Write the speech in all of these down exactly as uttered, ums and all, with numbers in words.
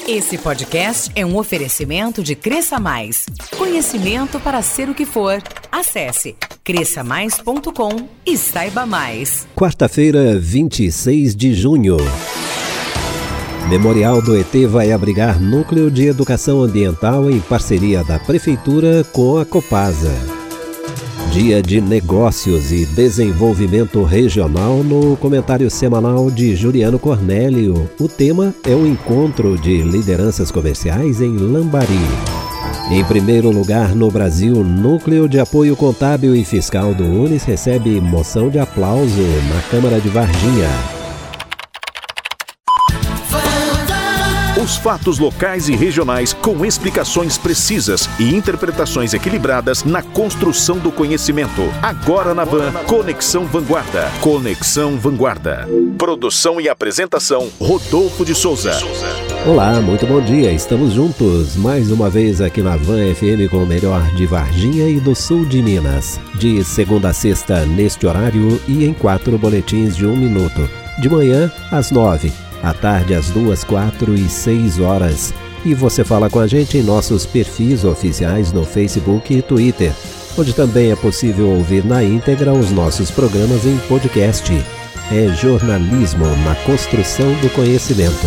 Esse podcast é um oferecimento de Cresça Mais. Conhecimento para ser o que for. Acesse cresça mais ponto com e saiba mais. Quarta-feira, vinte e seis de junho. Memorial do E T vai abrigar Núcleo de Educação Ambiental em parceria da Prefeitura com a Copasa. Dia de Negócios e Desenvolvimento Regional no comentário semanal de Juliano Cornélio. O tema é o encontro de lideranças comerciais em Lambari. Em primeiro lugar no Brasil, Núcleo de Apoio Contábil e Fiscal do Unis recebe moção de aplauso na Câmara de Varginha. Os fatos locais e regionais com explicações precisas e interpretações equilibradas na construção do conhecimento. Agora na Van, Conexão Vanguarda. Conexão Vanguarda. Produção e apresentação, Rodolfo de Souza. Olá, muito bom dia. Estamos juntos mais uma vez aqui na Van F M com o melhor de Varginha e do sul de Minas. De segunda a sexta neste horário e em quatro boletins de um minuto. De manhã às nove. À tarde, às duas, quatro e seis horas. E você fala com a gente em nossos perfis oficiais no Facebook e Twitter, onde também é possível ouvir na íntegra os nossos programas em podcast. É jornalismo na construção do conhecimento.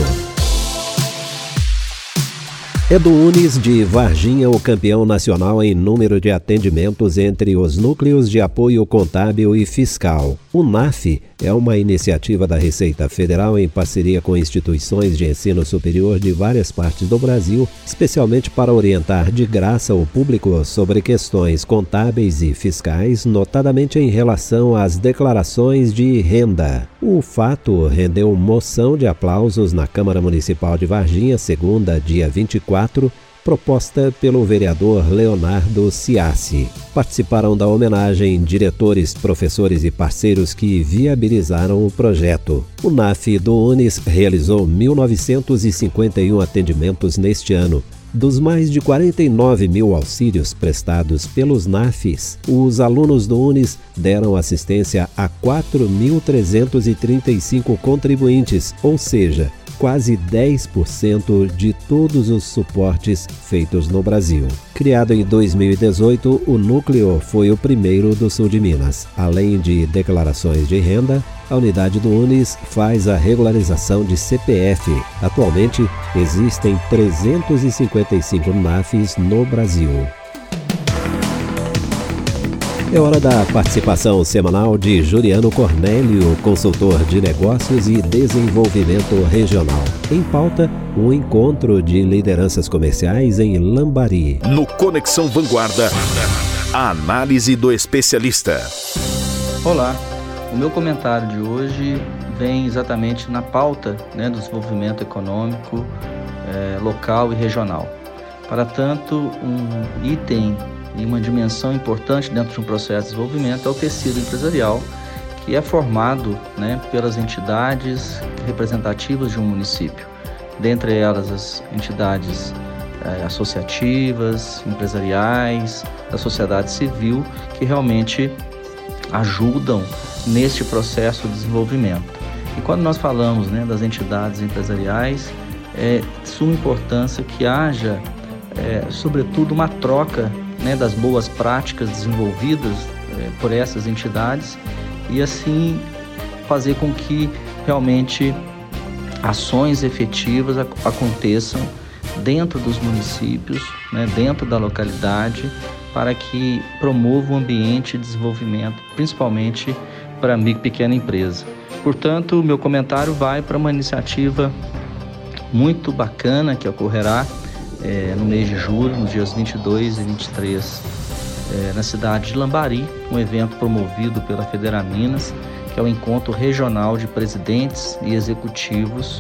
É do Unis de Varginha o campeão nacional em número de atendimentos entre os núcleos de apoio contábil e fiscal. O N A F é uma iniciativa da Receita Federal em parceria com instituições de ensino superior de várias partes do Brasil, especialmente para orientar de graça o público sobre questões contábeis e fiscais, notadamente em relação às declarações de renda. O fato rendeu moção de aplausos na Câmara Municipal de Varginha, segunda, dia vinte e quatro, proposta pelo vereador Leonardo Ciassi. Participaram da homenagem diretores, professores e parceiros que viabilizaram o projeto. O N A F do Unis realizou mil novecentos e cinquenta e um atendimentos neste ano. Dos mais de quarenta e nove mil auxílios prestados pelos N A Fs, os alunos do Unis deram assistência a quatro mil trezentos e trinta e cinco contribuintes, ou seja, quase dez por cento de todos os suportes feitos no Brasil. Criado em dois mil e dezoito, o núcleo foi o primeiro do sul de Minas. Além de declarações de renda, a unidade do Unis faz a regularização de C P F. Atualmente, existem trezentos e cinquenta e cinco N A Fs no Brasil. É hora da participação semanal de Juliano Cornélio, consultor de negócios e desenvolvimento regional. Em pauta, um encontro de lideranças comerciais em Lambari. No Conexão Vanguarda, a análise do especialista. Olá, o meu comentário de hoje vem exatamente na pauta, né, do desenvolvimento econômico eh, local e regional. Para tanto, um item e uma dimensão importante dentro de um processo de desenvolvimento é o tecido empresarial, que é formado, né, pelas entidades representativas de um município. Dentre elas, as entidades eh, associativas, empresariais, da sociedade civil, que realmente ajudam neste processo de desenvolvimento. E quando nós falamos, né, das entidades empresariais, é de suma importância que haja, é, sobretudo, uma troca, né, das boas práticas desenvolvidas é, por essas entidades e assim fazer com que realmente ações efetivas ac- aconteçam dentro dos municípios, né, dentro da localidade, para que promova o ambiente de desenvolvimento, principalmente para a micro e pequena empresa. Portanto, o meu comentário vai para uma iniciativa muito bacana que ocorrerá É, no mês de julho, nos dias vinte e dois e vinte e três, é, na cidade de Lambari, um evento promovido pela Federaminas, que é o encontro regional de presidentes e executivos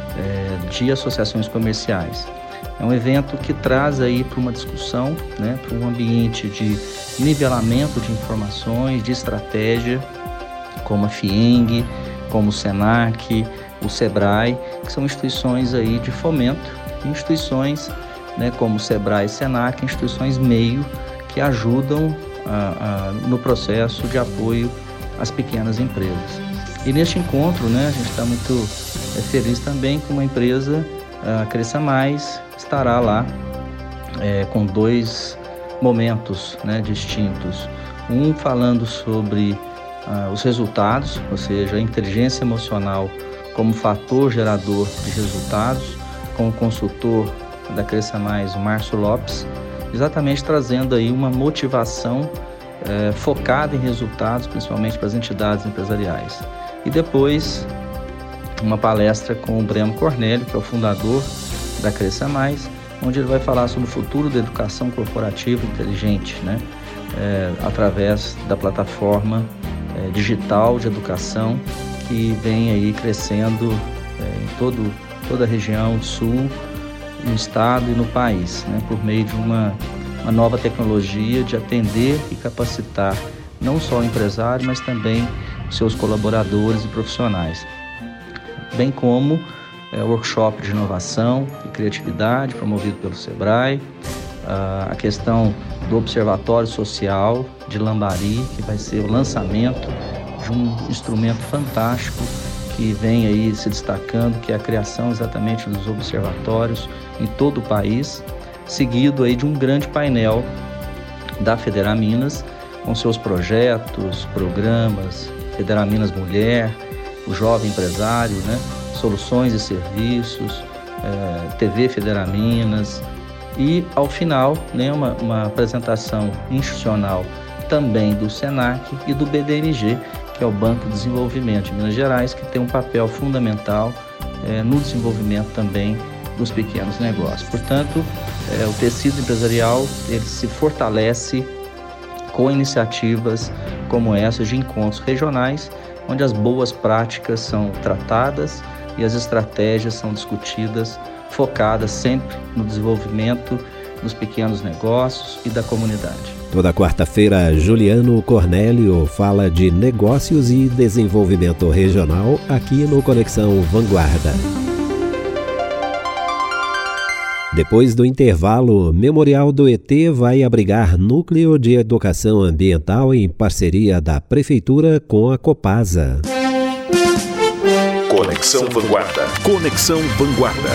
é, de associações comerciais. É um evento que traz aí para uma discussão, né, para um ambiente de nivelamento de informações, de estratégia, como a FIENG, como o SENAC, o SEBRAE, que são instituições aí de fomento, instituições, né, como o SEBRAE e SENAC, instituições meio que ajudam a, a, no processo de apoio às pequenas empresas. E neste encontro, né, a gente está muito é, feliz também com uma empresa a Cresça Mais estará lá é, com dois momentos, né, distintos. Um falando sobre uh, os resultados, ou seja, a inteligência emocional como fator gerador de resultados, com o consultor da Cresça Mais, o Márcio Lopes, exatamente trazendo aí uma motivação é, focada em resultados, principalmente para as entidades empresariais. E depois, uma palestra com o Breno Cornélio, que é o fundador da Cresça Mais, onde ele vai falar sobre o futuro da educação corporativa inteligente, né? É, através da plataforma é, digital de educação que vem aí crescendo é, em todo, toda a região sul, no estado e no país, né? Por meio de uma, uma nova tecnologia de atender e capacitar não só o empresário, mas também seus colaboradores e profissionais, bem como é, workshop de inovação e criatividade promovido pelo Sebrae, a questão do Observatório Social de Lambari, que vai ser o lançamento de um instrumento fantástico que vem aí se destacando, que é a criação exatamente dos observatórios em todo o país, seguido aí de um grande painel da Federaminas, com seus projetos, programas, Federaminas Mulher, o Jovem Empresário, né? Soluções e serviços, é, T V Federaminas, e ao final, né, uma, uma apresentação institucional também do SENAC e do B D N G, que é o Banco de Desenvolvimento de Minas Gerais, que tem um papel fundamental é, no desenvolvimento também dos pequenos negócios. Portanto, é, o tecido empresarial ele se fortalece com iniciativas como essas de encontros regionais, onde as boas práticas são tratadas e as estratégias são discutidas, focadas sempre no desenvolvimento dos pequenos negócios e da comunidade. Toda quarta-feira, Juliano Cornélio fala de negócios e desenvolvimento regional aqui no Conexão Vanguarda. Depois do intervalo, Memorial do E T vai abrigar Núcleo de Educação Ambiental em parceria da Prefeitura com a Copasa. Conexão Vanguarda. Conexão Vanguarda.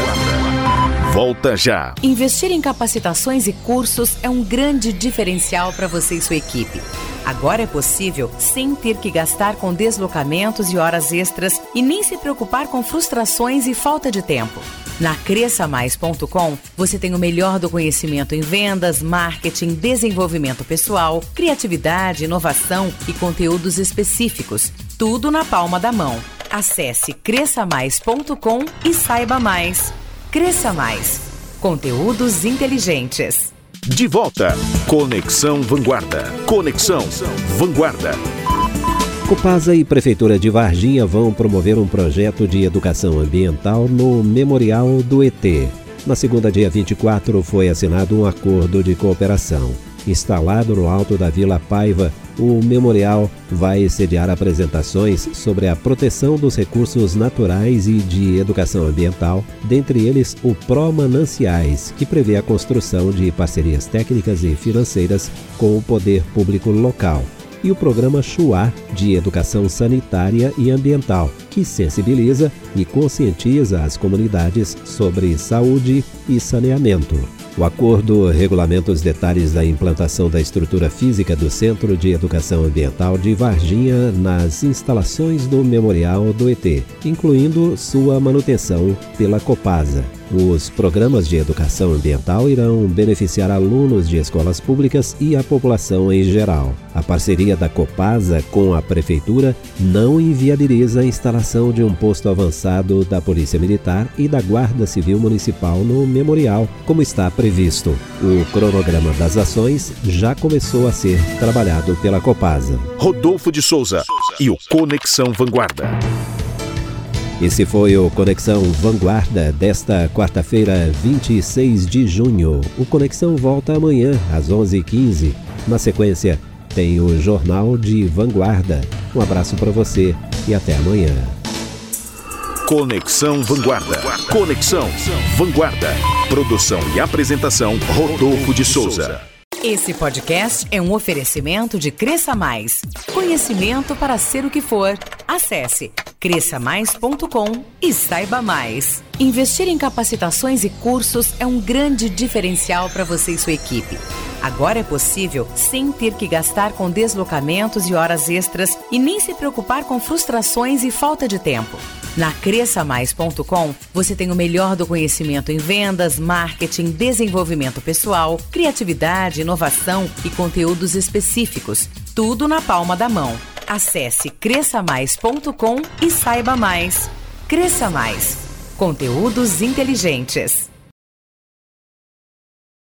Volta já. Investir em capacitações e cursos é um grande diferencial para você e sua equipe. Agora é possível sem ter que gastar com deslocamentos e horas extras e nem se preocupar com frustrações e falta de tempo. Na cresça mais ponto com, você tem o melhor do conhecimento em vendas, marketing, desenvolvimento pessoal, criatividade, inovação e conteúdos específicos. Tudo na palma da mão. Acesse cresça mais ponto com e saiba mais. Cresça Mais. Conteúdos inteligentes. De volta. Conexão Vanguarda. Conexão Vanguarda. Copasa e Prefeitura de Varginha vão promover um projeto de educação ambiental no Memorial do E T. Na segunda, dia vinte e quatro, foi assinado um acordo de cooperação. Instalado no alto da Vila Paiva, o memorial vai sediar apresentações sobre a proteção dos recursos naturais e de educação ambiental, dentre eles o Pro Mananciais, que prevê a construção de parcerias técnicas e financeiras com o poder público local, e o programa Chuá, de educação sanitária e ambiental, que sensibiliza e conscientiza as comunidades sobre saúde e saneamento. O acordo regulamenta os detalhes da implantação da estrutura física do Centro de Educação Ambiental de Varginha nas instalações do Memorial do E T, incluindo sua manutenção pela Copasa. Os programas de educação ambiental irão beneficiar alunos de escolas públicas e a população em geral. A parceria da Copasa com a Prefeitura não inviabiliza a instalação de um posto avançado da Polícia Militar e da Guarda Civil Municipal no memorial, como está previsto. O cronograma das ações já começou a ser trabalhado pela Copasa. Rodolfo de Souza e o Conexão Vanguarda. Esse foi o Conexão Vanguarda desta quarta-feira, vinte e seis de junho. O Conexão volta amanhã, às onze e quinze. Na sequência, tem o Jornal de Vanguarda. Um abraço para você e até amanhã. Conexão Vanguarda. Conexão Vanguarda. Produção e apresentação, Rodolfo de Souza. Esse podcast é um oferecimento de Cresça Mais. Conhecimento para ser o que for. Acesse cresça mais ponto com e saiba mais. Investir em capacitações e cursos é um grande diferencial para você e sua equipe. Agora é possível sem ter que gastar com deslocamentos e horas extras e nem se preocupar com frustrações e falta de tempo. Na cresça mais ponto com, você tem o melhor do conhecimento em vendas, marketing, desenvolvimento pessoal, criatividade, inovação e conteúdos específicos. Tudo na palma da mão. Acesse cresça mais ponto com e saiba mais. Cresça Mais. Conteúdos inteligentes.